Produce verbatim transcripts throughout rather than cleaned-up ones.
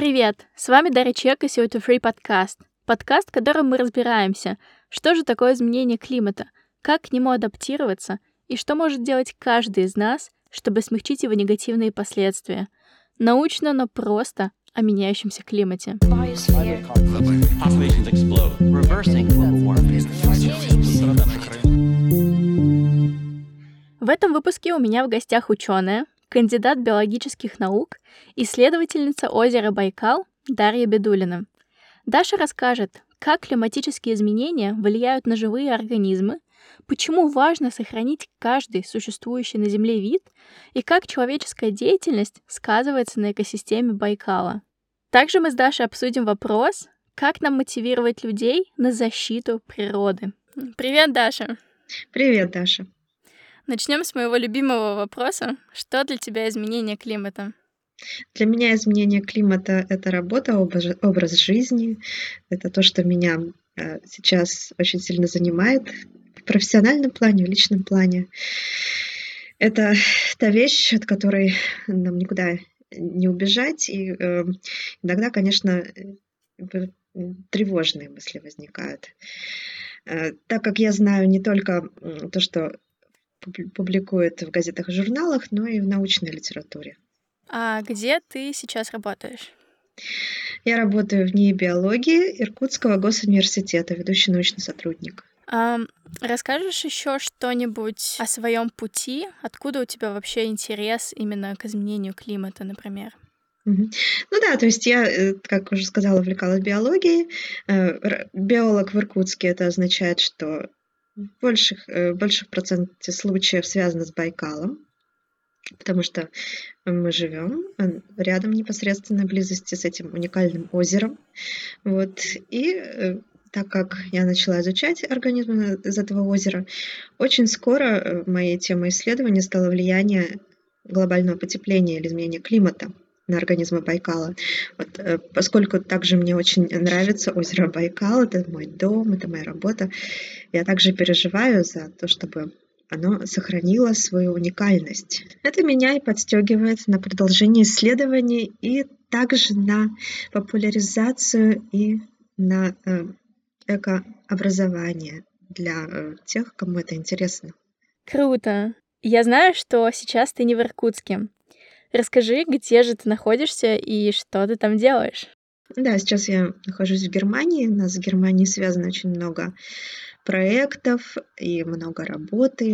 Привет! С вами Дарья Чек и си о два Free подкаст. Подкаст, в котором мы разбираемся, что же такое изменение климата, как к нему адаптироваться и что может делать каждый из нас, чтобы смягчить его негативные последствия. Научно, но просто о меняющемся климате. Populations explode, reversing global warming. В этом выпуске у меня в гостях ученая, кандидат биологических наук, исследовательница озера Байкал Дарья Бедулина. Даша расскажет, как климатические изменения влияют на живые организмы, почему важно сохранить каждый существующий на Земле вид и как человеческая деятельность сказывается на экосистеме Байкала. Также мы с Дашей обсудим вопрос, как нам мотивировать людей на защиту природы. Привет, Даша! Привет, Даша! Начнем с моего любимого вопроса. Что для тебя изменение климата? Для меня изменение климата — это работа, образ, образ жизни. Это то, что меня э, сейчас очень сильно занимает в профессиональном плане, в личном плане. Это та вещь, от которой нам никуда не убежать. И э, иногда, конечно, э, тревожные мысли возникают. Э, так как я знаю не только то, что публикует в газетах и журналах, но и в научной литературе. А где ты сейчас работаешь? Я работаю в НИИ биологии Иркутского госуниверситета, ведущий научный сотрудник. А, расскажешь еще что-нибудь о своем пути? Откуда у тебя вообще интерес именно к изменению климата, например? Угу. Ну да, то есть я, как уже сказала, увлекалась биологией. Биолог в Иркутске — это означает, что в больших, в больших проценте случаев связано с Байкалом, потому что мы живем рядом непосредственно в близости с этим уникальным озером. Вот. И так как я начала изучать организмы из этого озера, очень скоро моей темой исследования стало влияние глобального потепления или изменения климата на организмы Байкала. Вот, поскольку также мне очень нравится озеро Байкал, это мой дом, это моя работа, я также переживаю за то, чтобы оно сохранило свою уникальность. Это меня и подстегивает на продолжение исследований и также на популяризацию и на экообразование для тех, кому это интересно. Круто! Я знаю, что сейчас ты не в Иркутске. Расскажи, где же ты находишься и что ты там делаешь? Да, сейчас я нахожусь в Германии. У нас с Германией связано очень много проектов и много работы.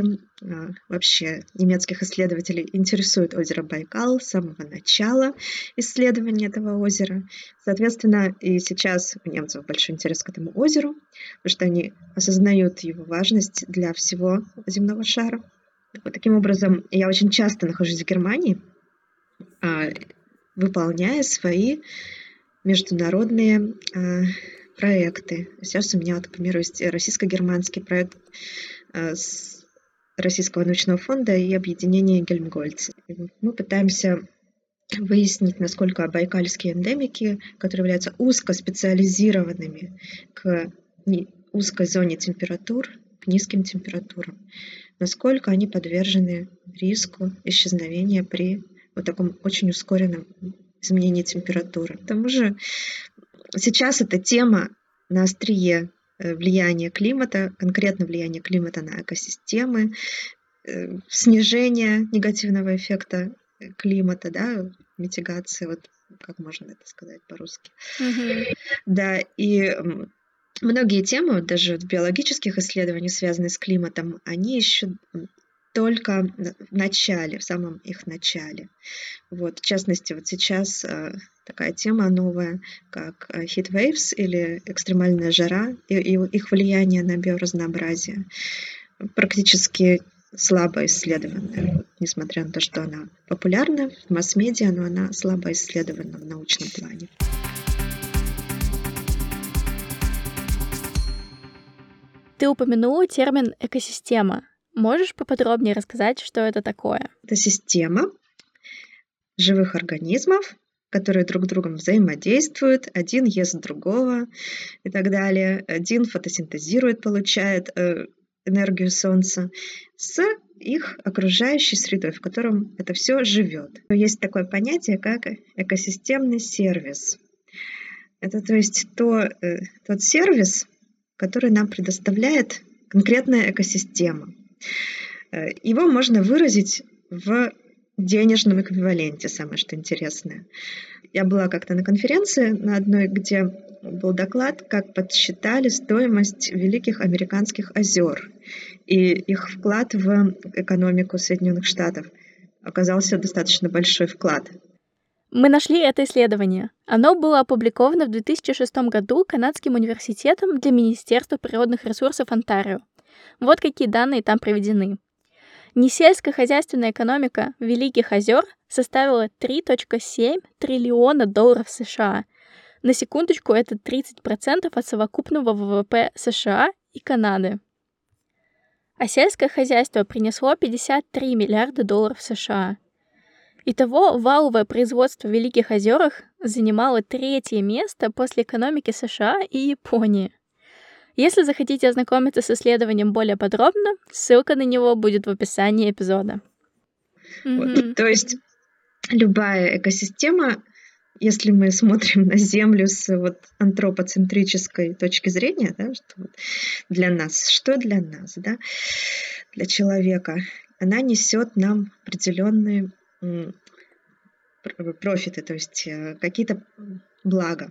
Вообще немецких исследователей интересует озеро Байкал с самого начала исследования этого озера. Соответственно, и сейчас у немцев большой интерес к этому озеру, потому что они осознают его важность для всего земного шара. Вот таким образом, я очень часто нахожусь в Германии, выполняя свои международные проекты. Сейчас у меня, вот, к примеру, есть российско-германский проект с Российского научного фонда и объединения Гельмгольц. Мы пытаемся выяснить, насколько байкальские эндемики, которые являются узкоспециализированными к узкой зоне температур, к низким температурам, насколько они подвержены риску исчезновения при вот таком очень ускоренном изменении температуры. К тому же сейчас эта тема на острие влияния климата, конкретно влияния климата на экосистемы, снижение негативного эффекта климата, да, митигация, вот как можно это сказать по-русски. Mm-hmm. Да, и многие темы, вот даже в биологических исследованиях, связанные с климатом, они еще только в начале, в самом их начале. Вот, в частности, вот сейчас э, такая тема новая, как heat waves или экстремальная жара и, и их влияние на биоразнообразие. Практически слабо исследованная, вот, несмотря на то, что она популярна в масс-медиа, но она слабо исследована в научном плане. Ты упомянула термин «экосистема». Можешь поподробнее рассказать, что это такое? Это система живых организмов, которые друг с другом взаимодействуют, один ест другого и так далее. Один фотосинтезирует, получает э, энергию Солнца с их окружающей средой, в котором это все живет. Есть такое понятие, как экосистемный сервис. Это, то есть, то, тот сервис, который нам предоставляет конкретная экосистема. Его можно выразить в денежном эквиваленте, самое что интересное. Я была как-то на конференции на одной, где был доклад, как подсчитали стоимость великих американских озер и их вклад в экономику Соединенных Штатов. Оказался достаточно большой вклад. Мы нашли это исследование. Оно было опубликовано в две тысячи шестом году Канадским университетом для Министерства природных ресурсов Онтарио. Вот какие данные там приведены. Несельскохозяйственная экономика Великих озер составила три целых семь десятых триллиона долларов США. На секундочку, это тридцать процентов от совокупного ВВП США и Канады. А сельское хозяйство принесло пятьдесят три миллиарда долларов США. Итого, валовое производство в Великих озерах занимало третье место после экономики США и Японии. Если захотите ознакомиться с исследованием более подробно, ссылка на него будет в описании эпизода. Вот. Mm-hmm. То есть любая экосистема, если мы смотрим на Землю с вот антропоцентрической точки зрения, да, что вот для нас, что для нас, да, для человека, она несет нам определенные м, профиты, то есть какие-то блага.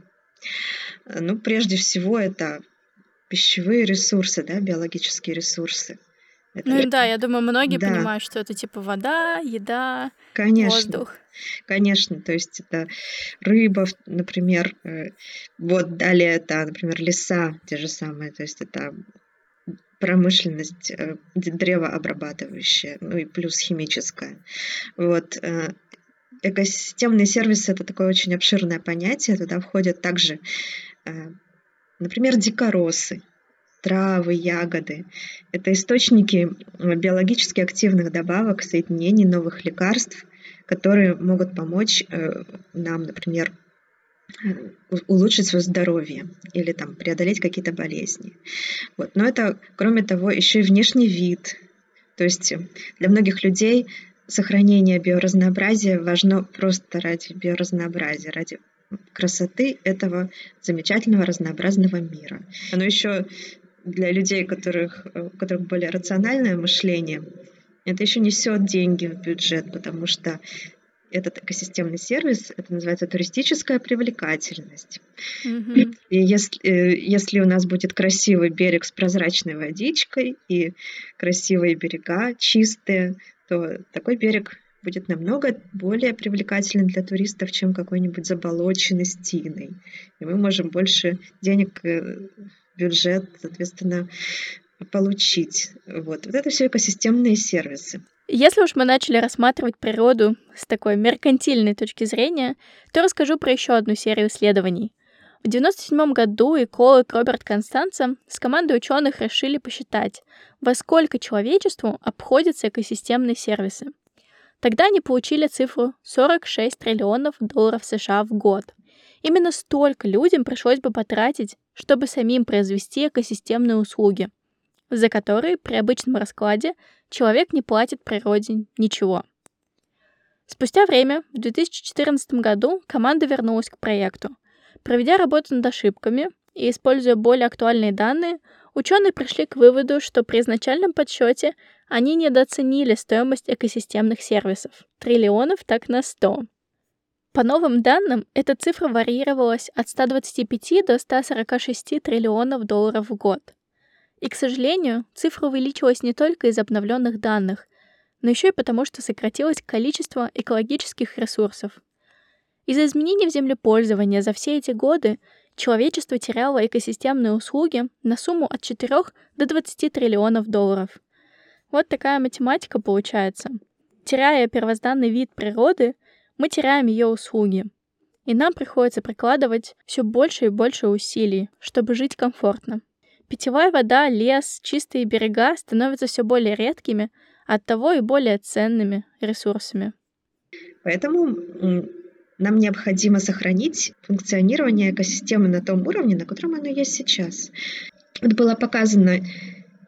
Ну, прежде всего, это пищевые ресурсы, да, биологические ресурсы. Это... Ну да, я думаю, многие да. понимают, что это типа вода, еда, конечно, воздух. Конечно, то есть это рыба, например, вот далее это, например, леса, те же самые, то есть это промышленность древообрабатывающая, ну и плюс химическая. Вот. Экосистемные сервисы — это такое очень обширное понятие, туда входят также, например, дикоросы, травы, ягоды. Это источники биологически активных добавок, соединений, новых лекарств, которые могут помочь нам, например, улучшить свое здоровье или там, преодолеть какие-то болезни. Вот. Но это, кроме того, еще и внешний вид. То есть для многих людей сохранение биоразнообразия важно просто ради биоразнообразия, ради красоты этого замечательного разнообразного мира. Оно еще для людей, которых, у которых более рациональное мышление, это еще несет деньги в бюджет, потому что этот экосистемный сервис, это называется туристическая привлекательность. Mm-hmm. И если, если у нас будет красивый берег с прозрачной водичкой и красивые берега, чистые, то такой берег будет намного более привлекательным для туристов, чем какой-нибудь заболоченный с тиной. И мы можем больше денег в бюджет, соответственно, получить. Вот. Вот это все экосистемные сервисы. Если уж мы начали рассматривать природу с такой меркантильной точки зрения, то расскажу про еще одну серию исследований. В девяносто седьмом году эколог Роберт Констанца с командой ученых решили посчитать, во сколько человечеству обходятся экосистемные сервисы. Тогда они получили цифру сорок шесть триллионов долларов США в год. Именно столько людям пришлось бы потратить, чтобы самим произвести экосистемные услуги, за которые при обычном раскладе человек не платит природе ничего. Спустя время, в две тысячи четырнадцатом году, команда вернулась к проекту. Проведя работу над ошибками и используя более актуальные данные, ученые пришли к выводу, что при изначальном подсчете они недооценили стоимость экосистемных сервисов – триллионов так на сто. По новым данным, эта цифра варьировалась от ста двадцати пяти до ста сорока шести триллионов долларов в год. И, к сожалению, цифра увеличилась не только из обновленных данных, но еще и потому, что сократилось количество экологических ресурсов. Из-за изменений в землепользовании за все эти годы человечество теряло экосистемные услуги на сумму от четырёх до двадцати триллионов долларов. Вот такая математика получается. Теряя первозданный вид природы, мы теряем ее услуги. И нам приходится прикладывать все больше и больше усилий, чтобы жить комфортно. Питьевая вода, лес, чистые берега становятся все более редкими, а оттого и более ценными ресурсами. Поэтому нам необходимо сохранить функционирование экосистемы на том уровне, на котором оно есть сейчас. Вот было показано,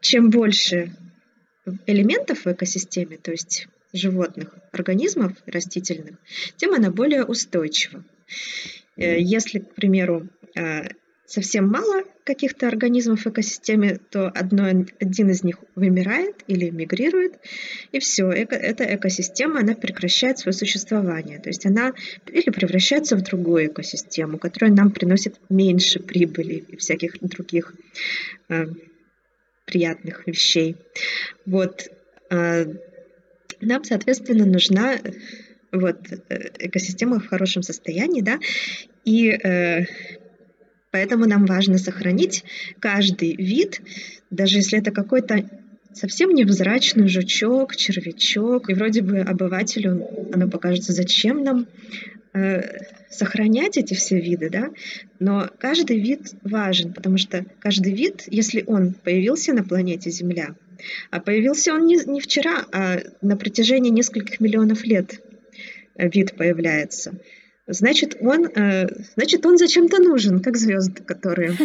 чем больше элементов в экосистеме, то есть животных, организмов растительных, тем она более устойчива. Если, к примеру, совсем мало каких-то организмов в экосистеме, то одно, один из них вымирает или мигрирует, и все, эко, эта экосистема, она прекращает свое существование. То есть она или превращается в другую экосистему, которая нам приносит меньше прибыли и всяких других э, приятных вещей. Вот. Э, нам, соответственно, нужна вот, экосистема в хорошем состоянии, да, и э, поэтому нам важно сохранить каждый вид, даже если это какой-то совсем невзрачный жучок, червячок, и вроде бы обывателю оно покажется, зачем нам э, сохранять эти все виды, да? Но каждый вид важен, потому что каждый вид, если он появился на планете Земля, а появился он не, не вчера, а на протяжении нескольких миллионов лет вид появляется, значит, он, э, значит, он зачем-то нужен, как звезды, которые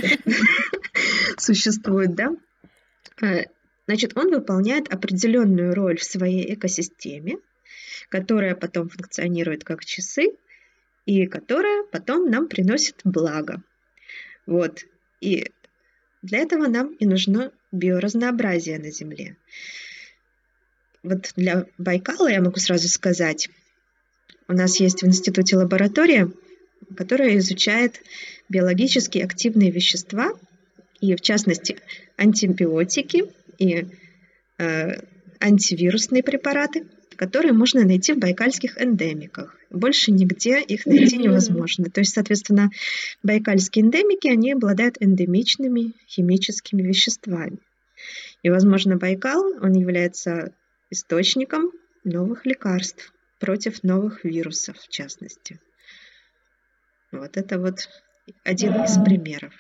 существуют, да? Значит, он выполняет определенную роль в своей экосистеме, которая потом функционирует как часы, и которая потом нам приносит благо. Вот. И для этого нам и нужно биоразнообразие на Земле. Вот для Байкала я могу сразу сказать, у нас есть в институте лаборатория, которая изучает биологически активные вещества, и в частности антибиотики и э, антивирусные препараты, которые можно найти в байкальских эндемиках. Больше нигде их найти невозможно. То есть, соответственно, байкальские эндемики, они обладают эндемичными химическими веществами. И, возможно, Байкал, он является источником новых лекарств против новых вирусов, в частности. Вот это вот один из примеров.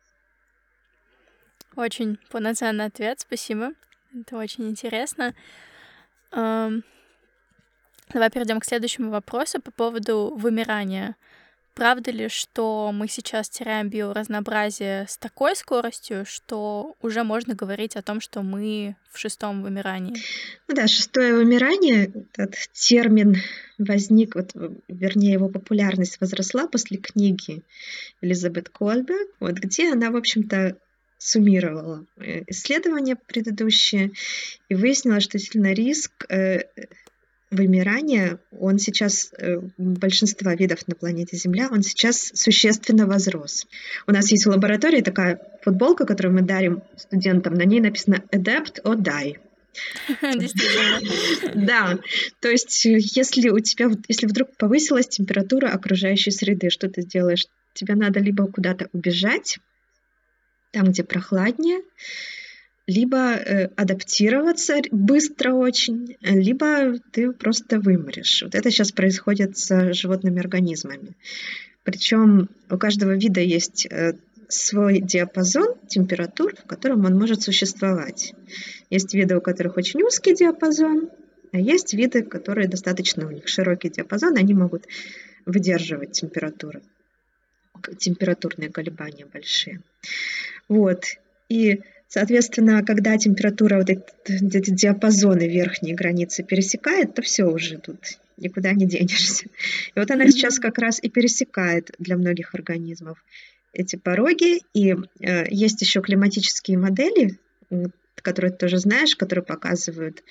Очень полноценный ответ, спасибо. Это очень интересно. Давай перейдем к следующему вопросу по поводу вымирания. Правда ли, что мы сейчас теряем биоразнообразие с такой скоростью, что уже можно говорить о том, что мы в шестом вымирании? Ну да, шестое вымирание, этот термин возник, вот, вернее, его популярность возросла после книги Элизабет Колберт, вот, где она, в общем-то, суммировала исследования предыдущие и выяснила, что действительно риск э, вымирания, он сейчас, э, большинства видов на планете Земля, он сейчас существенно возрос. У нас есть в лаборатории такая футболка, которую мы дарим студентам, на ней написано «Adapt or die». Действительно. Да, то есть если у тебя, если вдруг повысилась температура окружающей среды, что ты сделаешь? Тебе надо либо куда-то убежать, там, где прохладнее, либо э, адаптироваться быстро очень, либо ты просто вымрешь. Вот это сейчас происходит с животными организмами. Причем у каждого вида есть э, свой диапазон температур, в котором он может существовать. Есть виды, у которых очень узкий диапазон, а есть виды, которые достаточно, у них широкий диапазон, они могут выдерживать температуры, температурные колебания большие. Вот. И, соответственно, когда температура, вот эти, эти диапазоны верхней границы пересекает, то все уже тут никуда не денешься. И вот она сейчас как раз и пересекает для многих организмов эти пороги. И э, есть еще климатические модели, которые ты тоже знаешь, которые показывают,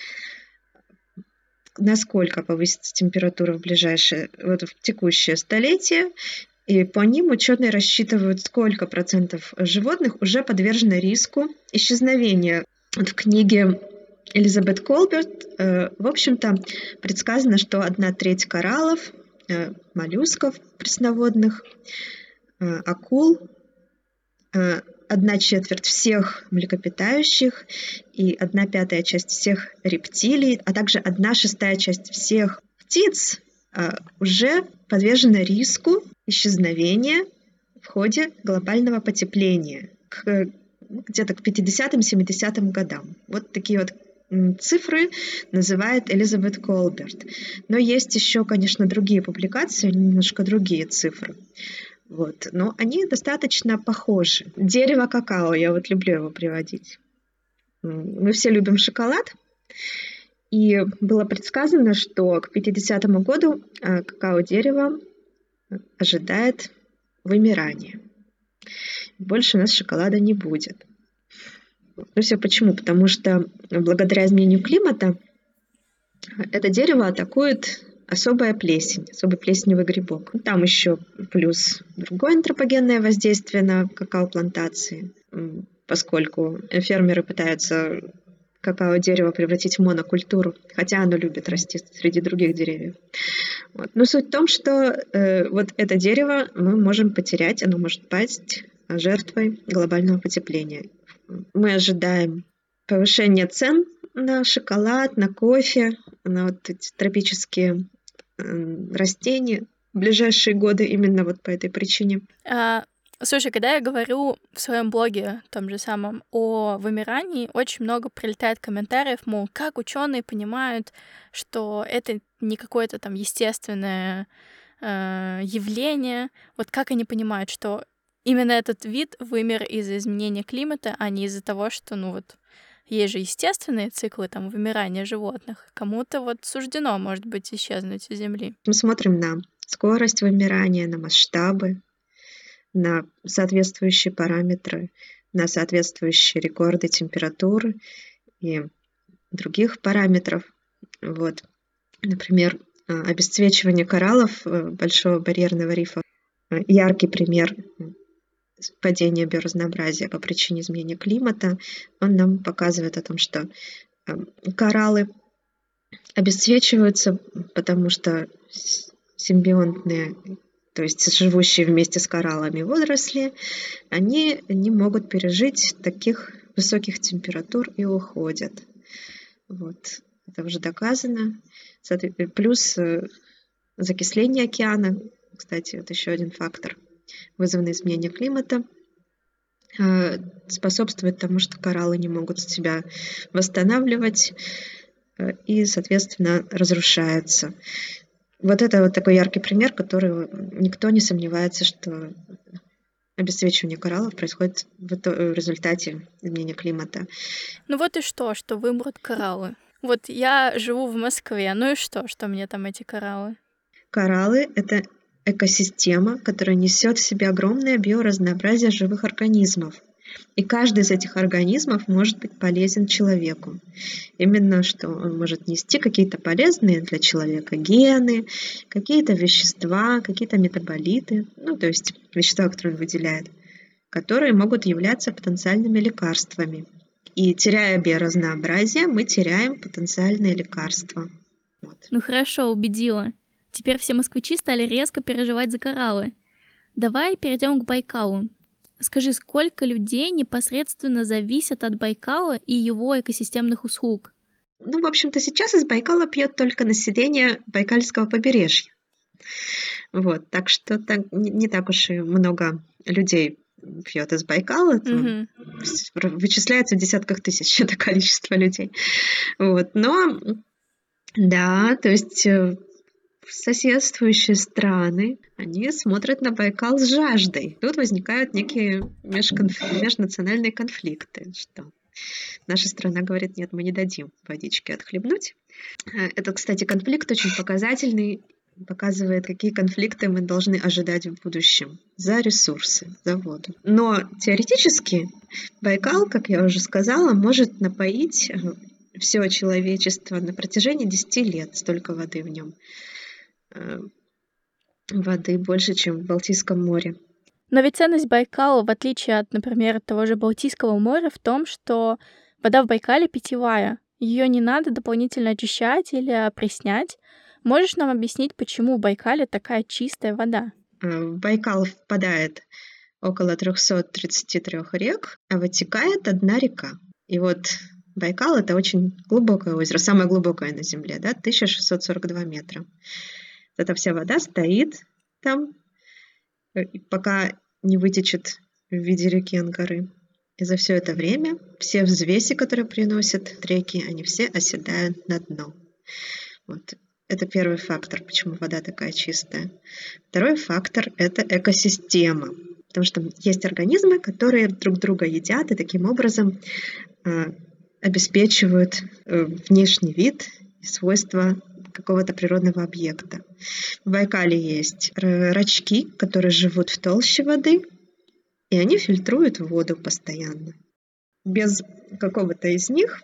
насколько повысится температура в ближайшее, вот в текущее столетие. И по ним ученые рассчитывают, сколько процентов животных уже подвержено риску исчезновения. Вот в книге Элизабет Колберт, э, в общем-то, предсказано, что одна треть кораллов, э, моллюсков пресноводных, э, акул, э, одна четверть всех млекопитающих и одна пятая часть всех рептилий, а также одна шестая часть всех птиц э, уже подвержена риску исчезновения в ходе глобального потепления к, где-то к пятидесятым-семидесятым годам. Вот такие вот цифры называет Элизабет Колберт. Но есть еще, конечно, другие публикации, немножко другие цифры. Вот. Но они достаточно похожи. Дерево какао, я вот люблю его приводить. Мы все любим шоколад, и было предсказано, что к пятидесятому году какао-дерево ожидает вымирания. Больше у нас шоколада не будет. Ну все почему? Потому что благодаря изменению климата это дерево атакует особая плесень, особый плесневый грибок. Там еще плюс другое антропогенное воздействие на какао-плантации, поскольку фермеры пытаются какао-дерево превратить в монокультуру, хотя оно любит расти среди других деревьев. Вот. Но суть в том, что э, вот это дерево мы можем потерять, оно может пасть жертвой глобального потепления. Мы ожидаем повышения цен на шоколад, на кофе, на вот эти тропические э, растения в ближайшие годы именно вот по этой причине. А, слушай, когда я говорю в своем блоге, том же самом, о вымирании, очень много прилетает комментариев, мол, как ученые понимают, что это не какое-то там естественное э, явление, вот как они понимают, что именно этот вид вымер из-за изменения климата, а не из-за того, что, ну вот, есть же естественные циклы там вымирания животных. Кому-то вот суждено, может быть, исчезнуть с Земли. Мы смотрим на скорость вымирания, на масштабы, на соответствующие параметры, на соответствующие рекорды температуры и других параметров. Вот. Например, обесцвечивание кораллов Большого барьерного рифа. Яркий пример падения биоразнообразия по причине изменения климата. Он нам показывает о том, что кораллы обесцвечиваются, потому что симбионтные, то есть живущие вместе с кораллами водоросли, они не могут пережить таких высоких температур и уходят. Вот. Это уже доказано. Плюс закисление океана, кстати, вот еще один фактор, вызванный изменением климата, способствует тому, что кораллы не могут себя восстанавливать и, соответственно, разрушаются. Вот это вот такой яркий пример, который никто не сомневается, что обесцвечивание кораллов происходит в результате изменения климата. Ну вот и что, что вымрут кораллы. Вот я живу в Москве, ну и что, что мне там эти кораллы? Кораллы — это экосистема, которая несет в себе огромное биоразнообразие живых организмов. И каждый из этих организмов может быть полезен человеку. Именно что он может нести какие-то полезные для человека гены, какие-то вещества, какие-то метаболиты, ну, то есть вещества, которые он выделяет, которые могут являться потенциальными лекарствами. И теряя биоразнообразие, мы теряем потенциальные лекарства. Вот. Ну хорошо, убедила. Теперь все москвичи стали резко переживать за кораллы. Давай перейдем к Байкалу. Скажи, сколько людей непосредственно зависят от Байкала и его экосистемных услуг? Ну, в общем-то, сейчас из Байкала пьет только население Байкальского побережья. Вот, так что так, не, не так уж и много людей пьет из Байкала. Mm-hmm. Вычисляется в десятках тысяч это количество людей. Вот, но, да, то есть соседствующие страны, они смотрят на Байкал с жаждой. Тут возникают некие межконф... межнациональные конфликты, что наша страна говорит, нет, мы не дадим водички отхлебнуть. Этот, кстати, конфликт очень показательный, показывает, какие конфликты мы должны ожидать в будущем за ресурсы, за воду. Но теоретически Байкал, как я уже сказала, может напоить все человечество на протяжении десяти лет, столько воды в нем. Воды больше, чем в Балтийском море. Но ведь ценность Байкала, в отличие от, например, того же Балтийского моря, в том, что вода в Байкале питьевая. Ее не надо дополнительно очищать или опреснять. Можешь нам объяснить, почему в Байкале такая чистая вода? В Байкал впадает около триста тридцать три рек, а вытекает одна река. И вот Байкал — это очень глубокое озеро, самое глубокое на Земле, да, тысяча шестьсот сорок два метра. Эта вся вода стоит там, пока не вытечет в виде реки Ангары. И за все это время все взвеси, которые приносят реки, они все оседают на дно. Вот. Это первый фактор, почему вода такая чистая. Второй фактор — это экосистема. Потому что есть организмы, которые друг друга едят, и таким образом обеспечивают э, внешний вид и свойства какого-то природного объекта. В Байкале есть р- рачки, которые живут в толще воды, и они фильтруют воду постоянно. Без какого-то из них,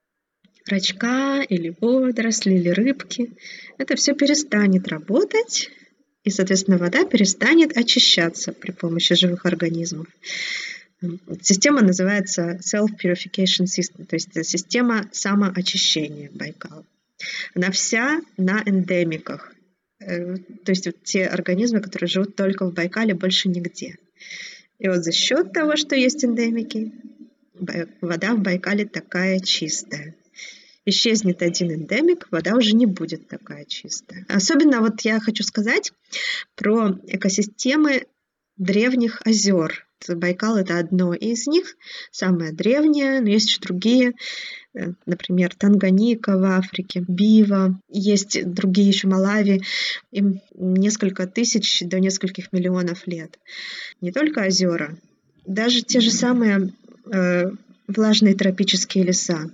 рачка или водоросли, или рыбки, это все перестанет работать, и, соответственно, вода перестанет очищаться при помощи живых организмов. Система называется Self-Purification System, то есть это система самоочищения Байкала. Она вся на эндемиках, э, то есть вот те организмы, которые живут только в Байкале, больше нигде. И вот за счет того, что есть эндемики, бай- вода в Байкале такая чистая. Исчезнет один эндемик, вода уже не будет такая чистая. Особенно вот я хочу сказать про экосистемы древних озер. Байкал — это одно из них, самое древнее, но есть еще другие, э, например, Танганьика в Африке, Бива, есть другие еще, Малави, им несколько тысяч до нескольких миллионов лет. Не только озера, даже те же самые э, влажные тропические леса,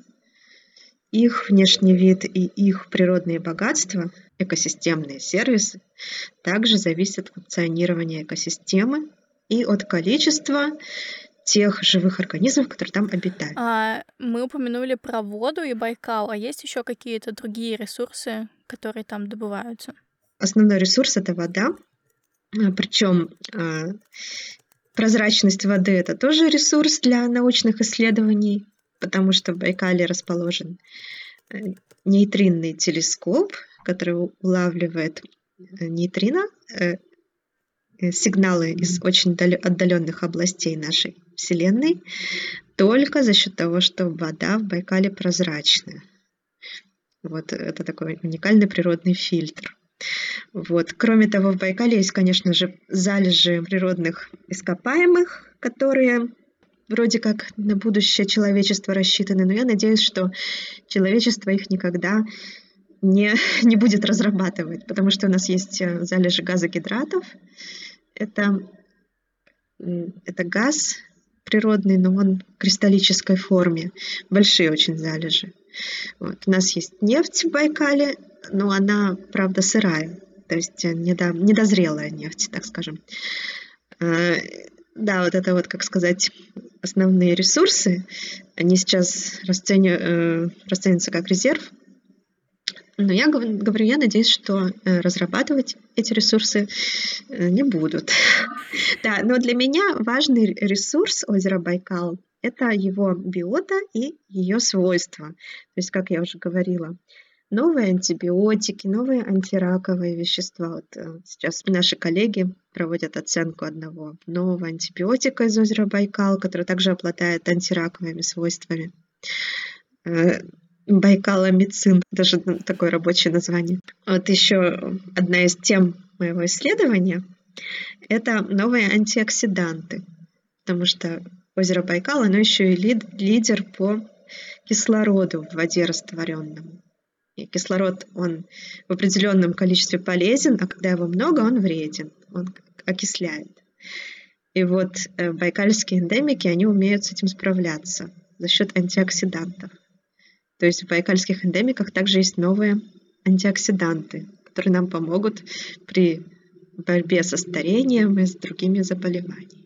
их внешний вид и их природные богатства, экосистемные сервисы, также зависят от функционирования экосистемы и от количества тех живых организмов, которые там обитают. А, мы упомянули про воду и Байкал, а есть еще какие-то другие ресурсы, которые там добываются? Основной ресурс — это вода, причем прозрачность воды — это тоже ресурс для научных исследований, потому что в Байкале расположен э, нейтринный телескоп, который улавливает э, нейтрино, э, э, сигналы из очень дал- отдаленных областей нашей Вселенной, только за счет того, что вода в Байкале прозрачная. Вот это такой уникальный природный фильтр. Вот. Кроме того, в Байкале есть, конечно же, залежи природных ископаемых, которые вроде как на будущее человечества рассчитаны, но я надеюсь, что человечество их никогда не, не будет разрабатывать, потому что у нас есть э, залежи газогидратов. Это, м, это газ природный, но он в кристаллической форме. Большие очень залежи. Вот. У нас есть нефть в Байкале, но она, правда, сырая, то есть э, недо- недозрелая нефть, так скажем. Э, Да, вот это вот, как сказать, основные ресурсы. Они сейчас расценю- э, расцениваются как резерв. Но я гов- говорю, я надеюсь, что э, разрабатывать эти ресурсы э, не будут. Да, но для меня важный р- ресурс озера Байкал — это его биота и ее свойства. То есть, как я уже говорила, новые антибиотики, новые антираковые вещества. Вот э, сейчас наши коллеги проводят оценку одного нового антибиотика из озера Байкал, который также обладает антираковыми свойствами. Э, Байкаломицин, даже н- такое рабочее название. Вот еще одна из тем моего исследования — это новые антиоксиданты, потому что озеро Байкал, оно еще и лид- лидер по кислороду в воде растворенном. И кислород, он в определенном количестве полезен, а когда его много, он вреден, он окисляет. И вот э, байкальские эндемики, они умеют с этим справляться за счет антиоксидантов. То есть в байкальских эндемиках также есть новые антиоксиданты, которые нам помогут при борьбе со старением и с другими заболеваниями.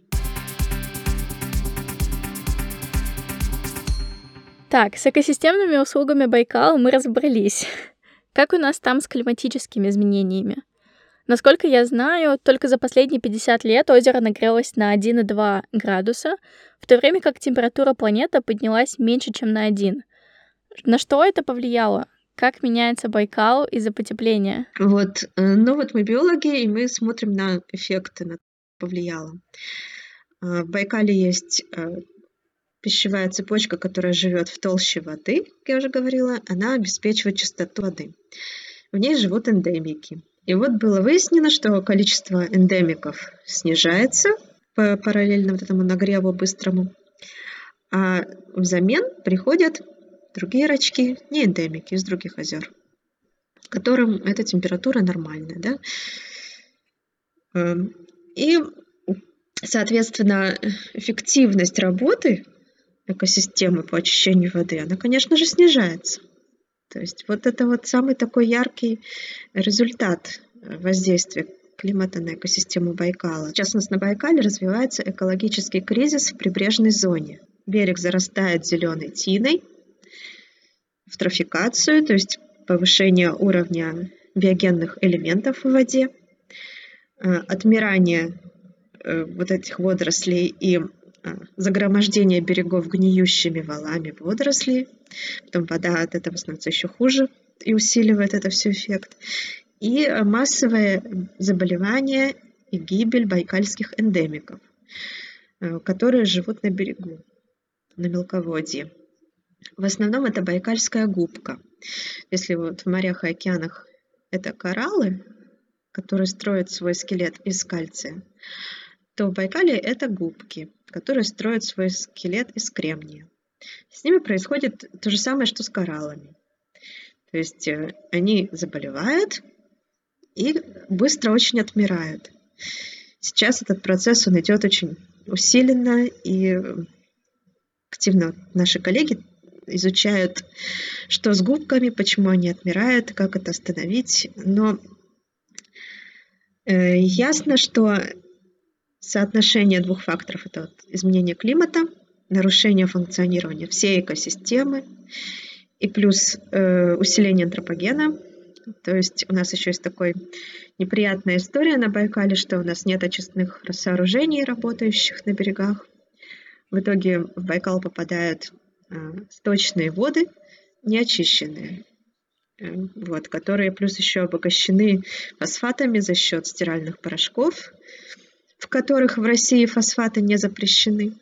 Так, с экосистемными услугами Байкала мы разобрались. Как у нас там с климатическими изменениями? Насколько я знаю, только за последние пятьдесят лет озеро нагрелось на один и два градуса, в то время как температура планеты поднялась меньше, чем на один. На что это повлияло? Как меняется Байкал из-за потепления? Вот, э, ну вот мы биологи, и мы смотрим на эффекты, на повлияло. А, В Байкале есть э, пищевая цепочка, которая живет в толще воды, как я уже говорила, она обеспечивает чистоту воды. В ней живут эндемики. И вот было выяснено, что количество эндемиков снижается по параллельно вот этому нагреву быстрому, а взамен приходят другие рачки, не эндемики, из других озер, которым эта температура нормальная, да. Эм, И, соответственно, эффективность работы экосистемы по очищению воды, она, конечно же, снижается. То есть вот это вот самый такой яркий результат воздействия климата на экосистему Байкала. Сейчас у нас на Байкале развивается экологический кризис в прибрежной зоне. Берег зарастает зеленой тиной, эвтрофикацию, то есть повышение уровня биогенных элементов в воде, отмирание вот этих водорослей и загромождение берегов гниющими валами водорослей. Потом вода от этого становится еще хуже и усиливает это все эффект. И массовое заболевание и гибель байкальских эндемиков, которые живут на берегу, на мелководье. В основном это байкальская губка. Если вот в морях и океанах это кораллы, которые строят свой скелет из кальция, то в Байкале это губки, которые строят свой скелет из кремния. С ними происходит то же самое, что с кораллами. То есть они заболевают и быстро очень отмирают. Сейчас этот процесс, он идет очень усиленно, и активно наши коллеги изучают, что с губками, почему они отмирают, как это остановить. Но э, ясно, что соотношение двух факторов – это вот изменение климата, нарушение функционирования всей экосистемы и плюс э, усиление антропогена. То есть у нас еще есть такая неприятная история на Байкале, что у нас нет очистных сооружений, работающих на берегах. В итоге в Байкал попадают э, сточные воды, неочищенные, э, вот, которые плюс еще обогащены фосфатами за счет стиральных порошков, в которых в России фосфаты не запрещены,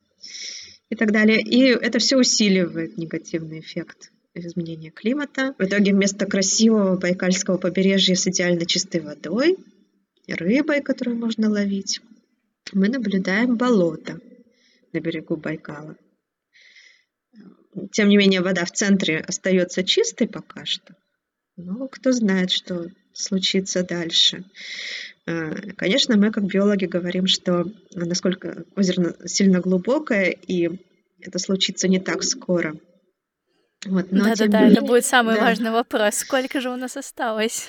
и так далее. И это все усиливает негативный эффект изменения климата. В итоге вместо красивого байкальского побережья с идеально чистой водой, рыбой, которую можно ловить, мы наблюдаем болото на берегу Байкала. Тем не менее, вода в центре остается чистой пока что. Но кто знает, что случится дальше. Конечно, мы как биологи говорим, что насколько озеро сильно глубокое, и это случится не так скоро. Вот, но Да-да-да, менее, это будет самый да. важный вопрос. Сколько же у нас осталось?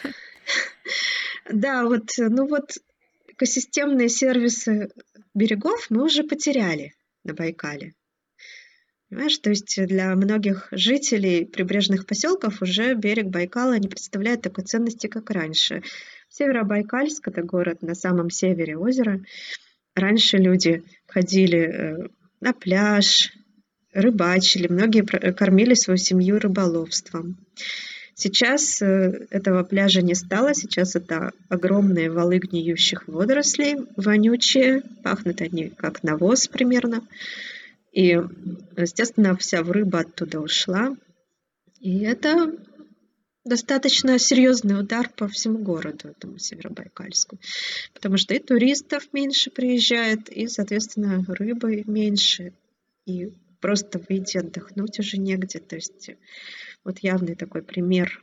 Да, вот, ну вот экосистемные сервисы берегов мы уже потеряли на Байкале. Понимаешь, то есть для многих жителей прибрежных поселков уже берег Байкала не представляет такой ценности, как раньше. Северобайкальск – это город на самом севере озера. Раньше люди ходили на пляж, рыбачили, многие кормили свою семью рыболовством. Сейчас этого пляжа не стало, сейчас это огромные валы гниющих водорослей, вонючие, пахнут они как навоз примерно. И, естественно, вся рыба оттуда ушла. И это достаточно серьезный удар по всему городу, этому Северобайкальску. Потому что и туристов меньше приезжает, и, соответственно, рыбы меньше. И просто выйти отдохнуть уже негде. То есть вот явный такой пример.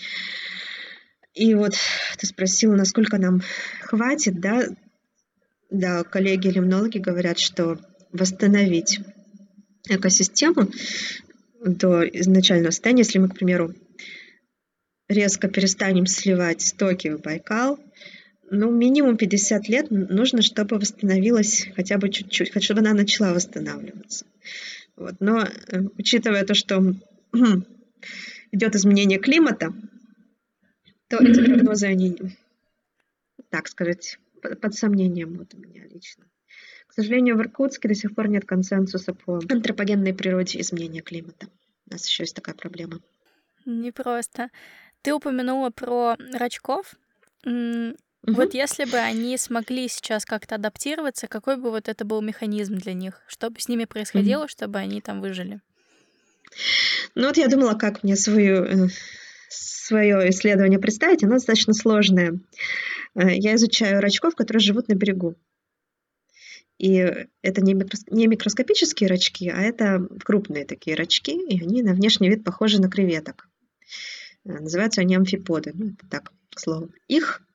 И вот ты спросила, насколько нам хватит, да? Да, коллеги-лимнологи говорят, что восстановить экосистему до изначального состояния, если мы, к примеру, резко перестанем сливать стоки в Байкал, ну, минимум пятьдесят лет нужно, чтобы восстановилась хотя бы чуть-чуть, хоть чтобы она начала восстанавливаться. Вот. Но учитывая то, что идет изменение климата, то эти прогнозы, они, так сказать, под сомнением вот у меня лично. К сожалению, в Иркутске до сих пор нет консенсуса по антропогенной природе изменения климата. У нас еще есть такая проблема. Непросто. Ты упомянула про рачков. Угу. Вот если бы они смогли сейчас как-то адаптироваться, какой бы вот это был механизм для них? Что бы с ними происходило, угу. чтобы они там выжили? Ну вот я думала, как мне свою, свое исследование представить. Оно достаточно сложное. Я изучаю рачков, которые живут на берегу. И это не, микрос... не микроскопические рачки, а это крупные такие рачки, и они на внешний вид похожи на креветок. Называются они амфиподы, ну, это так, к слову. Их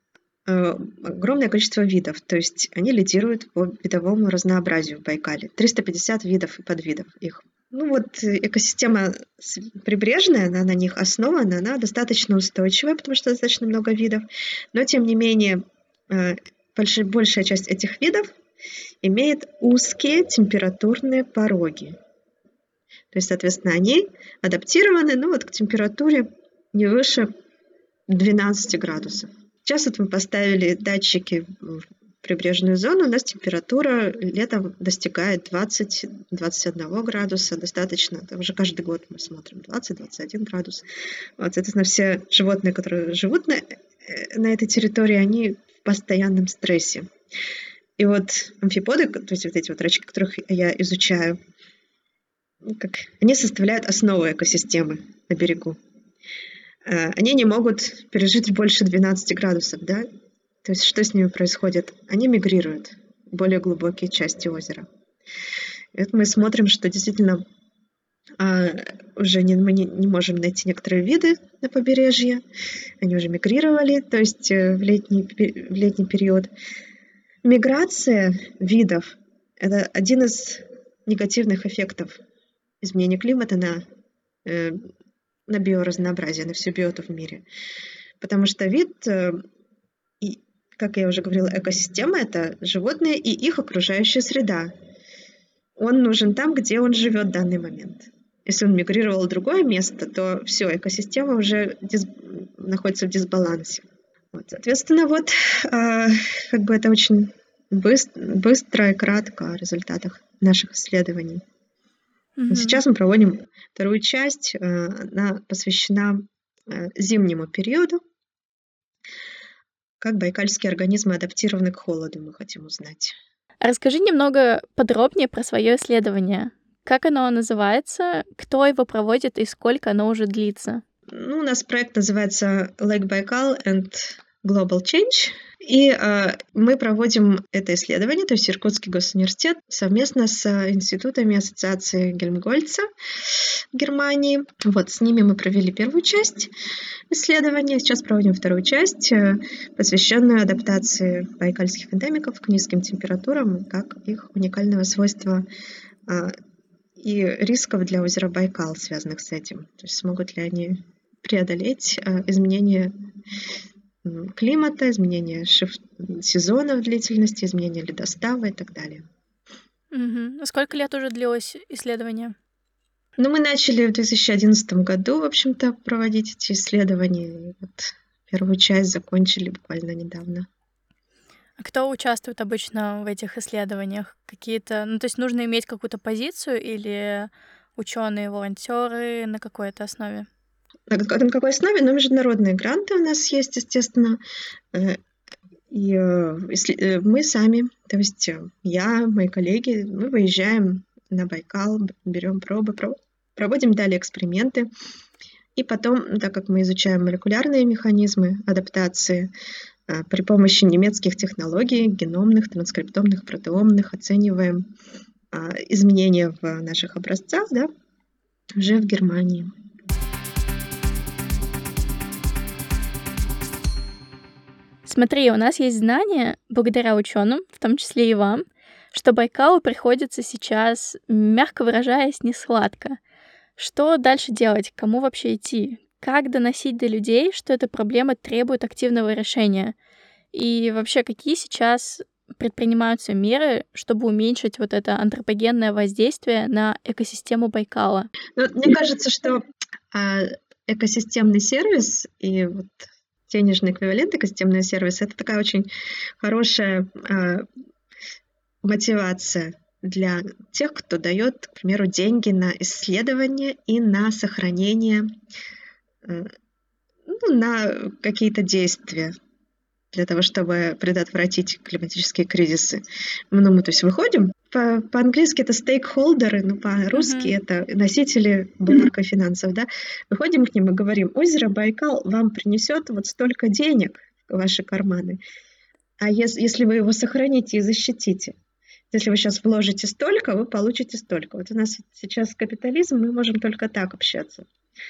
э, огромное количество видов, то есть они лидируют по видовому разнообразию в Байкале. триста пятьдесят видов и подвидов их. Ну вот экосистема прибрежная, она на них основана, она достаточно устойчивая, потому что достаточно много видов, но тем не менее большая, большая часть этих видов имеет узкие температурные пороги. То есть, соответственно, они адаптированы, ну, вот к температуре не выше двенадцати градусов. Сейчас вот мы поставили датчики в прибрежную зону, у нас температура летом достигает двадцать-двадцать один градуса, достаточно, там уже каждый год мы смотрим двадцать-двадцать один градус. Вот, соответственно, все животные, которые живут на, на этой территории, они в постоянном стрессе. И вот амфиподы, то есть вот эти вот рачки, которых я изучаю, как, они составляют основу экосистемы на берегу. Они не могут пережить больше двенадцати градусов, да? То есть что с ними происходит? Они мигрируют в более глубокие части озера. И вот мы смотрим, что действительно а, уже не, мы не, не можем найти некоторые виды на побережье. Они уже мигрировали, то есть в летний, в летний период. Миграция видов – это один из негативных эффектов изменения климата на, э, на биоразнообразие, на всю биоту в мире. Потому что вид, э, и, как я уже говорила, экосистема – это животные и их окружающая среда. Он нужен там, где он живет в данный момент. Если он мигрировал в другое место, то все, экосистема уже дис... находится в дисбалансе. Вот, соответственно, вот э, как бы это очень быстро, быстро и кратко о результатах наших исследований. Mm-hmm. Сейчас мы проводим вторую часть, э, она посвящена э, зимнему периоду. Как байкальские организмы адаптированы к холоду, мы хотим узнать. Расскажи немного подробнее про свое исследование. Как оно называется, кто его проводит и сколько оно уже длится? Ну, у нас проект называется Lake Baikal and Global Change. И э, мы проводим это исследование, то есть Иркутский госуниверситет, совместно с институтами Ассоциации Гельмгольца в Германии. Вот с ними мы провели первую часть исследования. Сейчас проводим вторую часть, э, посвященную адаптации байкальских эндемиков к низким температурам, как их уникального свойства э, и рисков для озера Байкал, связанных с этим. То есть смогут ли они преодолеть э, изменения климата, изменение шиф... сезонов длительности, изменение ледостава и так далее. Угу. А сколько лет уже длилось исследование? Ну, мы начали в две тысячи одиннадцатом году, в общем-то, проводить эти исследования. Вот первую часть закончили буквально недавно. А кто участвует обычно в этих исследованиях? Какие-то, ну, то есть нужно иметь какую-то позицию или ученые, волонтеры на какой-то основе? На какой основе? Но международные гранты у нас есть, естественно. И мы сами, то есть я, мои коллеги, мы выезжаем на Байкал, берем пробы, проводим далее эксперименты. И потом, так как мы изучаем молекулярные механизмы адаптации, при помощи немецких технологий, геномных, транскриптомных, протеомных, оцениваем изменения в наших образцах, да, уже в Германии. Смотри, у нас есть знания, благодаря ученым, в том числе и вам, что Байкалу приходится сейчас, мягко выражаясь, несладко. Что дальше делать? Кому вообще идти? Как доносить до людей, что эта проблема требует активного решения? И вообще, какие сейчас предпринимаются меры, чтобы уменьшить вот это антропогенное воздействие на экосистему Байкала? Ну, мне кажется, что э, экосистемный сервис и вот денежный эквивалент экосистемного сервиса — это такая очень хорошая э, мотивация для тех, кто дает, к примеру, деньги на исследование и на сохранение, э, ну, на какие-то действия для того, чтобы предотвратить климатические кризисы. Ну, мы, то есть, выходим, по- по-английски это стейкхолдеры, ну, по-русски Мгм. это носители бумаг и финансов, да. Выходим к ним и говорим: озеро Байкал вам принесет вот столько денег в ваши карманы, а ес- если вы его сохраните и защитите, если вы сейчас вложите столько, вы получите столько. Вот у нас сейчас капитализм, мы можем только так общаться.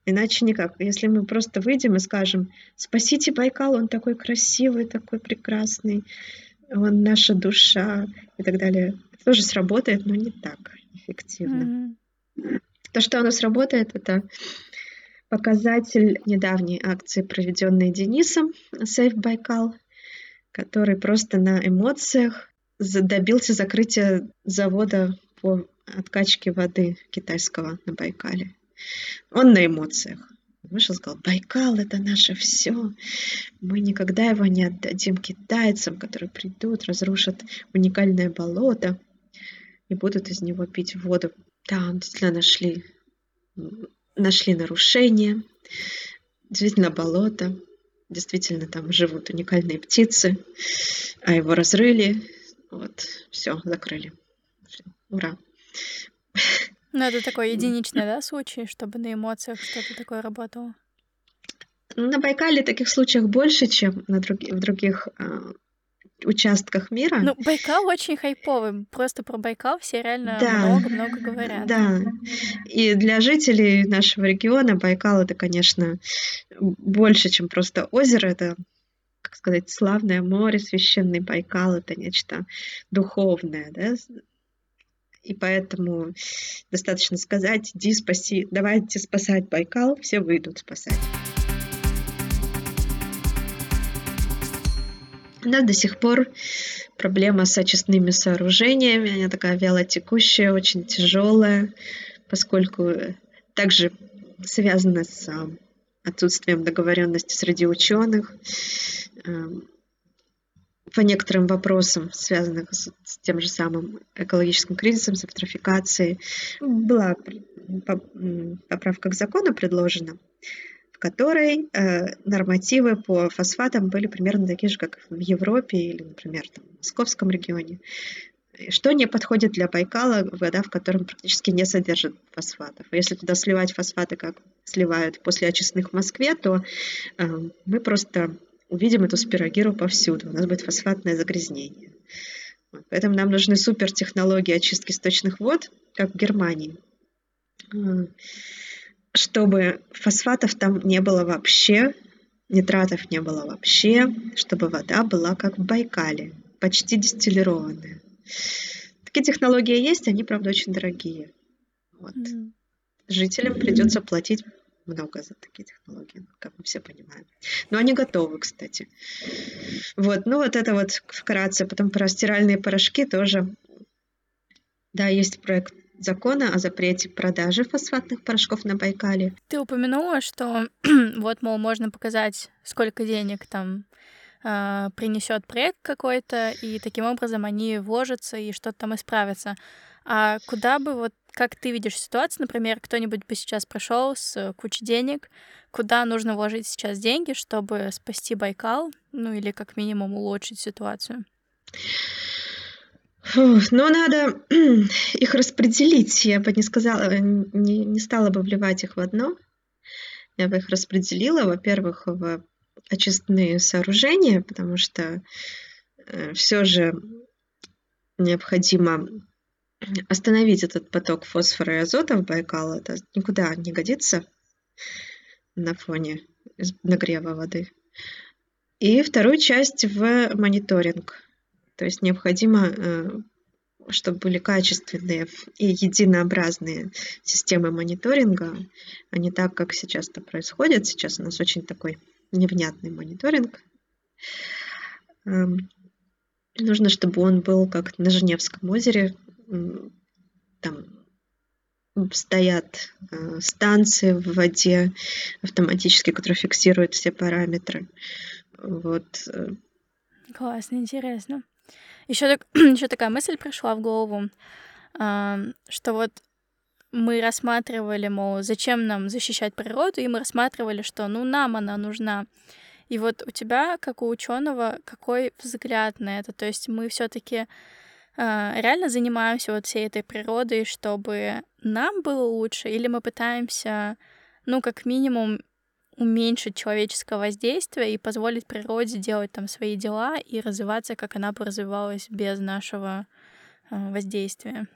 Иначе никак. Если мы просто выйдем и скажем: «Спасите Байкал, он такой красивый, такой прекрасный, он наша душа» и так далее, это тоже сработает, но не так эффективно. Мгм. То, что оно сработает, это показатель недавней акции, проведенной Денисом Save Байкал, который просто на эмоциях за- добился закрытия завода по откачке воды китайского на Байкале. Он на эмоциях. Вышел и сказал: Байкал — это наше все. Мы никогда его не отдадим китайцам, которые придут, разрушат уникальное болото и будут из него пить воду. Там действительно нашли, м, нашли нарушения, действительно болото, действительно там живут уникальные птицы, а его разрыли. Вот, все, закрыли. Всё, ура. Ну, это такой единичный, да, случай, чтобы на эмоциях что-то такое работало? На Байкале таких случаев больше, чем на други- в других а, участках мира. Ну, Байкал очень хайповый. Просто про Байкал все реально Да, много-много говорят. да. И для жителей нашего региона Байкал — это, конечно, больше, чем просто озеро. Это, как сказать, славное море, священный Байкал — это нечто духовное, да. И поэтому достаточно сказать: иди спаси, давайте спасать Байкал, все выйдут спасать. У нас до сих пор проблема с очистными сооружениями. Она такая вялотекущая, очень тяжелая, поскольку также связана с а, отсутствием договоренности среди ученых по некоторым вопросам, связанных с, с тем же самым экологическим кризисом, с эвтрофикацией. Была поправка к закону предложена, в которой э, нормативы по фосфатам были примерно такие же, как в Европе или, например, там, в Московском регионе. Что не подходит для Байкала, вода, в котором практически не содержит фосфатов. Если туда сливать фосфаты, как сливают после очистных в Москве, то э, мы просто увидим эту спирогиру повсюду. У нас будет фосфатное загрязнение. Вот. Поэтому нам нужны супертехнологии очистки сточных вод, как в Германии, чтобы фосфатов там не было вообще, нитратов не было вообще, чтобы вода была как в Байкале, почти дистиллированная. Такие технологии есть, они, правда, очень дорогие. Вот. Мгм. Жителям придется платить много за такие технологии, как мы все понимаем. Но они готовы, кстати. Вот, ну вот это вот вкратце. Потом про стиральные порошки тоже. Да, есть проект закона о запрете продажи фосфатных порошков на Байкале. Ты упомянула, что вот, мол, можно показать, сколько денег там а, принесет проект какой-то, и таким образом они вложатся и что-то там исправятся. А куда бы, вот как ты видишь ситуацию, например, кто-нибудь бы сейчас пришел с кучей денег, куда нужно вложить сейчас деньги, чтобы спасти Байкал, ну или как минимум улучшить ситуацию? Фу, ну, надо их распределить. Я бы не сказала, не, не стала бы вливать их в одно. Я бы их распределила, во-первых, в очистные сооружения, потому что э, все же необходимо остановить этот поток фосфора и азота в Байкал. Это никуда не годится на фоне из- нагрева воды. И вторую часть в мониторинг. То есть необходимо, э, чтобы были качественные и единообразные системы мониторинга, а не так, как сейчас это происходит. Сейчас у нас очень такой невнятный мониторинг. Эм, Нужно, чтобы он был как на Женевском озере. М, Там стоят э, станции в воде автоматически, которые фиксируют все параметры. Вот. э, Классно, интересно. Еще так, еще такая мысль пришла в голову, ам, что вот мы рассматривали, мол, зачем нам защищать природу, и мы рассматривали, что, ну, нам она нужна. И вот у тебя, как у ученого, какой взгляд на это? То есть мы все-таки реально занимаемся вот всей этой природой, чтобы нам было лучше, или мы пытаемся, ну, как минимум, уменьшить человеческое воздействие и позволить природе делать там свои дела и развиваться, как она бы развивалась без нашего э, воздействия?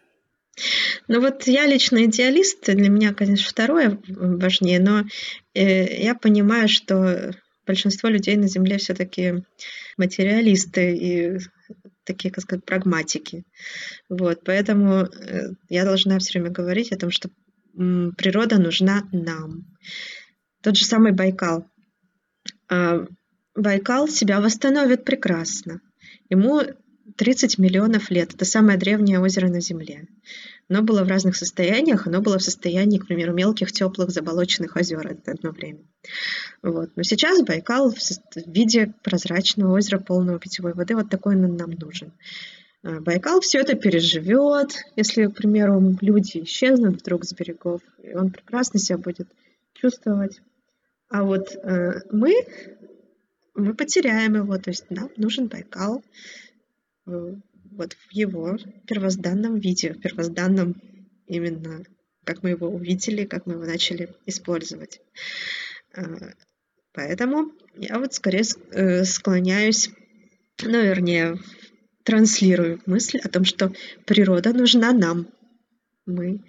Ну вот я лично идеалист, для меня, конечно, второе важнее, но э, я понимаю, что большинство людей на Земле все-таки материалисты и такие, как сказать, прагматики. Вот, поэтому э, я должна все время говорить о том, что м, природа нужна нам. Тот же самый Байкал. А, Байкал себя восстановит прекрасно. Ему тридцать миллионов лет. Это самое древнее озеро на Земле. Оно было в разных состояниях. Оно было в состоянии, к примеру, мелких, теплых, заболоченных озер одно время. Вот. Но сейчас Байкал в виде прозрачного озера, полного питьевой воды, вот такой он нам нужен. Байкал все это переживет, если, к примеру, люди исчезнут вдруг с берегов, и он прекрасно себя будет чувствовать. А вот э, мы, мы потеряем его, то есть нам нужен Байкал э, вот в его первозданном виде, в первозданном именно, как мы его увидели, как мы его начали использовать. Э, поэтому я вот скорее э, склоняюсь, ну, вернее, транслирую мысль о том, что природа нужна нам. Мы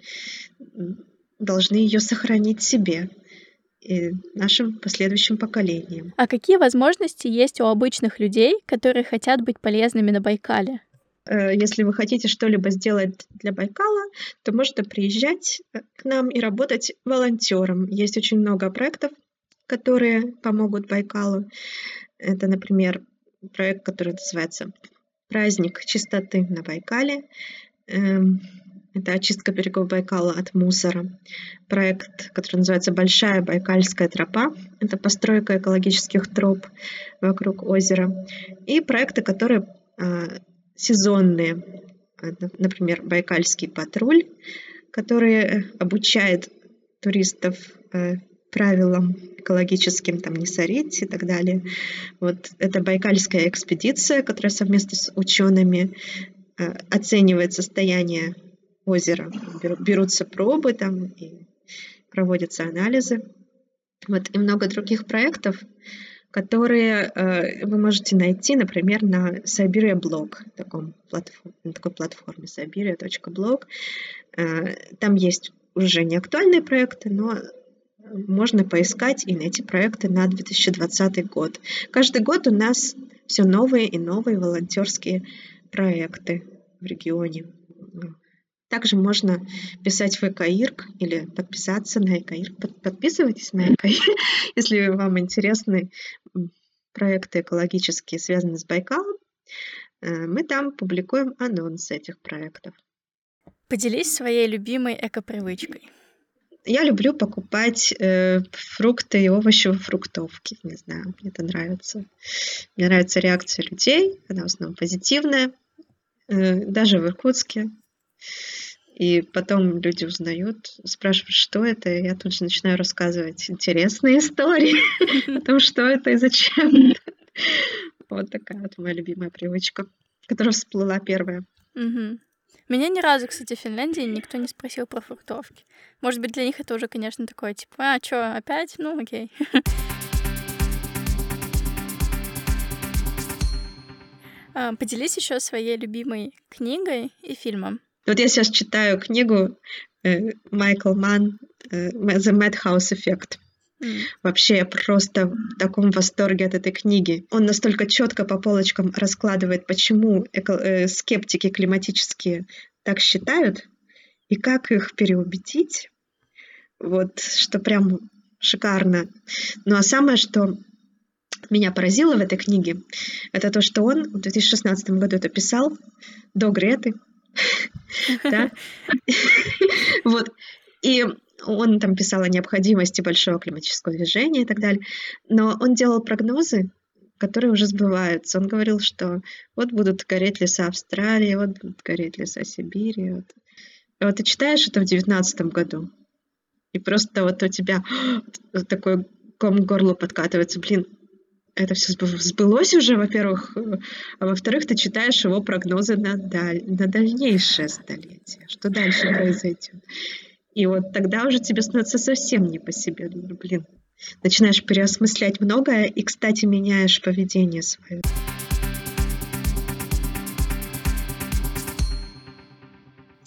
должны ее сохранить себе и нашим последующим поколениям. А какие возможности есть у обычных людей, которые хотят быть полезными на Байкале? Если вы хотите что-либо сделать для Байкала, то можете приезжать к нам и работать волонтером. Есть очень много проектов, которые помогут Байкалу. Это, например, проект, который называется «Праздник чистоты на Байкале». Это очистка берегов Байкала от мусора. Проект, который называется «Большая Байкальская тропа». Это постройка экологических троп вокруг озера. И проекты, которые э, сезонные. Например, «Байкальский патруль», который обучает туристов э, правилам экологическим, там, не сорить и так далее. Вот это «Байкальская экспедиция», которая совместно с учеными э, оценивает состояние озера. Берутся пробы там и проводятся анализы. Вот, и много других проектов, которые э, вы можете найти, например, на Siberia Blog, таком платформ, на такой платформе siberia точка blog. Э, там есть уже не актуальные проекты, но можно поискать и найти проекты на две тысячи двадцатый год. Каждый год у нас все новые и новые волонтерские проекты в регионе. Также можно писать в Экоирк или подписаться на Экоирк. Подписывайтесь на Экоирк, если вам интересны проекты экологические, связанные с Байкалом. Мы там публикуем анонсы этих проектов. Поделись своей любимой экопривычкой. Я люблю покупать э, фрукты и овощи во фруктовке. Не знаю, мне это нравится. Мне нравится реакция людей, она в основном позитивная, э, даже в Иркутске. И потом люди узнают, спрашивают, что это, и я тут же начинаю рассказывать интересные истории о том, что это и зачем. Вот такая вот моя любимая привычка, которая всплыла первая. Меня ни разу, кстати, в Финляндии никто не спросил про фруктовки. Может быть, для них это уже, конечно, такое, типа, а, чё, опять? Ну, окей. Поделись еще своей любимой книгой и фильмом. Вот я сейчас читаю книгу э, Майкл Манн э, «The Madhouse Effect». Mm. Вообще я просто в таком восторге от этой книги. Он настолько четко по полочкам раскладывает, почему эко- э, скептики климатические так считают и как их переубедить. Вот, что прям шикарно. Ну а самое, что меня поразило в этой книге, это то, что он в две тысячи шестнадцатом году это писал до Греты. Да? Вот. И он там писал о необходимости большого климатического движения и так далее. Но он делал прогнозы, которые уже сбываются. Он говорил, что вот будут гореть леса Австралии, вот будут гореть леса Сибири. Вот. И вот ты читаешь это в девятнадцатом году, и просто вот у тебя такой ком к горлу подкатывается. Блин, это все сбылось уже, во-первых, а во-вторых, ты читаешь его прогнозы на, даль... на дальнейшее столетие, что дальше произойдет. И вот тогда уже тебе становится совсем не по себе. Блин, начинаешь переосмыслять многое и, кстати, меняешь поведение свое.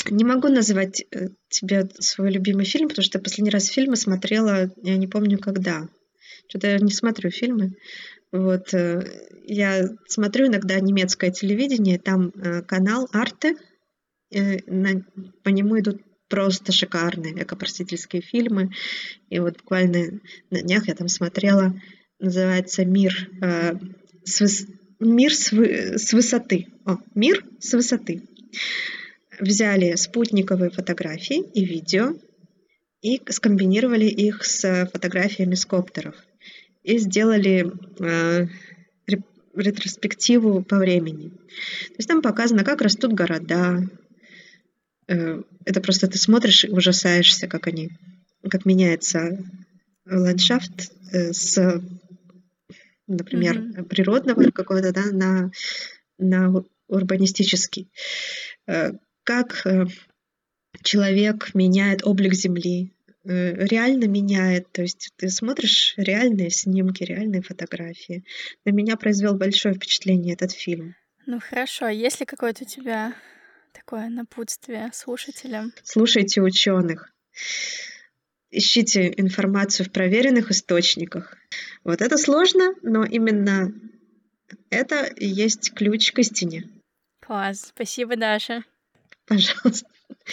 Не могу назвать э, тебе свой любимый фильм, потому что я последний раз фильмы смотрела, я не помню когда. Что-то я не смотрю фильмы. Вот, э, я смотрю иногда немецкое телевидение, там э, канал Арте, э, на- по нему идут просто шикарные экопростительские фильмы. И вот буквально на днях я там смотрела, называется «Мир, э, с, выс- Мир с, вы- с высоты». О, «Мир с высоты». Взяли спутниковые фотографии и видео и скомбинировали их с фотографиями с коптеров. И сделали э, ре- ретроспективу по времени. То есть там показано, как растут города. Э, Это просто ты смотришь и ужасаешься, как они, как меняется ландшафт э, с, например, Мгм. природного какого-то, да, на, на урбанистический. Э, Как э, человек меняет облик Земли, э, реально меняет. То есть ты смотришь реальные снимки, реальные фотографии. На меня произвел большое впечатление этот фильм. Ну хорошо, есть ли какое-то у тебя такое напутствие слушателям? Слушайте ученых, ищите информацию в проверенных источниках. Вот это сложно, но именно это и есть ключ к истине. Класс, спасибо, Даша. Пожалуйста.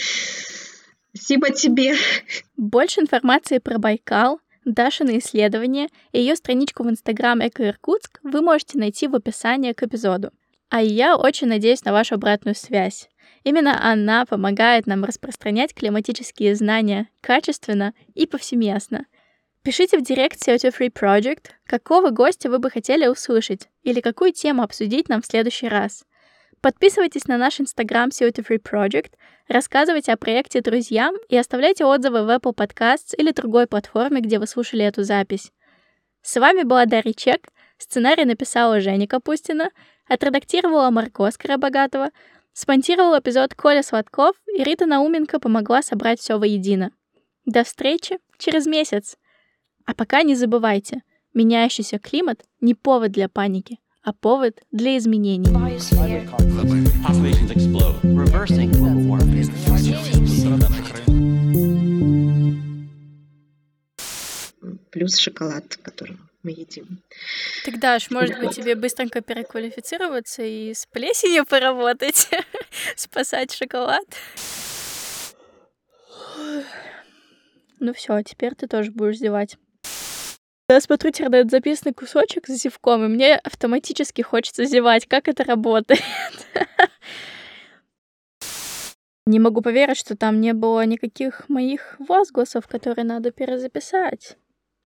Спасибо тебе. Больше информации про Байкал, Дашины исследования и ее страничку в Инстаграм Эко Иркутск вы можете найти в описании к эпизоду. А я очень надеюсь на вашу обратную связь. Именно она помогает нам распространять климатические знания качественно и повсеместно. Пишите в директ си о два Free Project, какого гостя вы бы хотели услышать или какую тему обсудить нам в следующий раз. Подписывайтесь на наш инстаграм си о два Free Project, рассказывайте о проекте друзьям и оставляйте отзывы в Apple Podcasts или другой платформе, где вы слушали эту запись. С вами была Дарья Чек, сценарий написала Женя Капустина, отредактировала Марго Скоробогатова, смонтировал эпизод Коля Сладков, и Рита Науменко помогла собрать все воедино. До встречи через месяц! А пока не забывайте, меняющийся климат не повод для паники, а повод для изменений. Populations explode, reversing global warming. Плюс шоколад, который мы едим. Тогда ж, может быть, тебе быстренько переквалифицироваться и с плесенью поработать, спасать шоколад. Ну все, теперь ты тоже будешь зевать. Я смотрю теперь на этот записанный кусочек с зевком, и мне автоматически хочется зевать. Как это работает? Не могу поверить, что там не было никаких моих возгласов, которые надо перезаписать.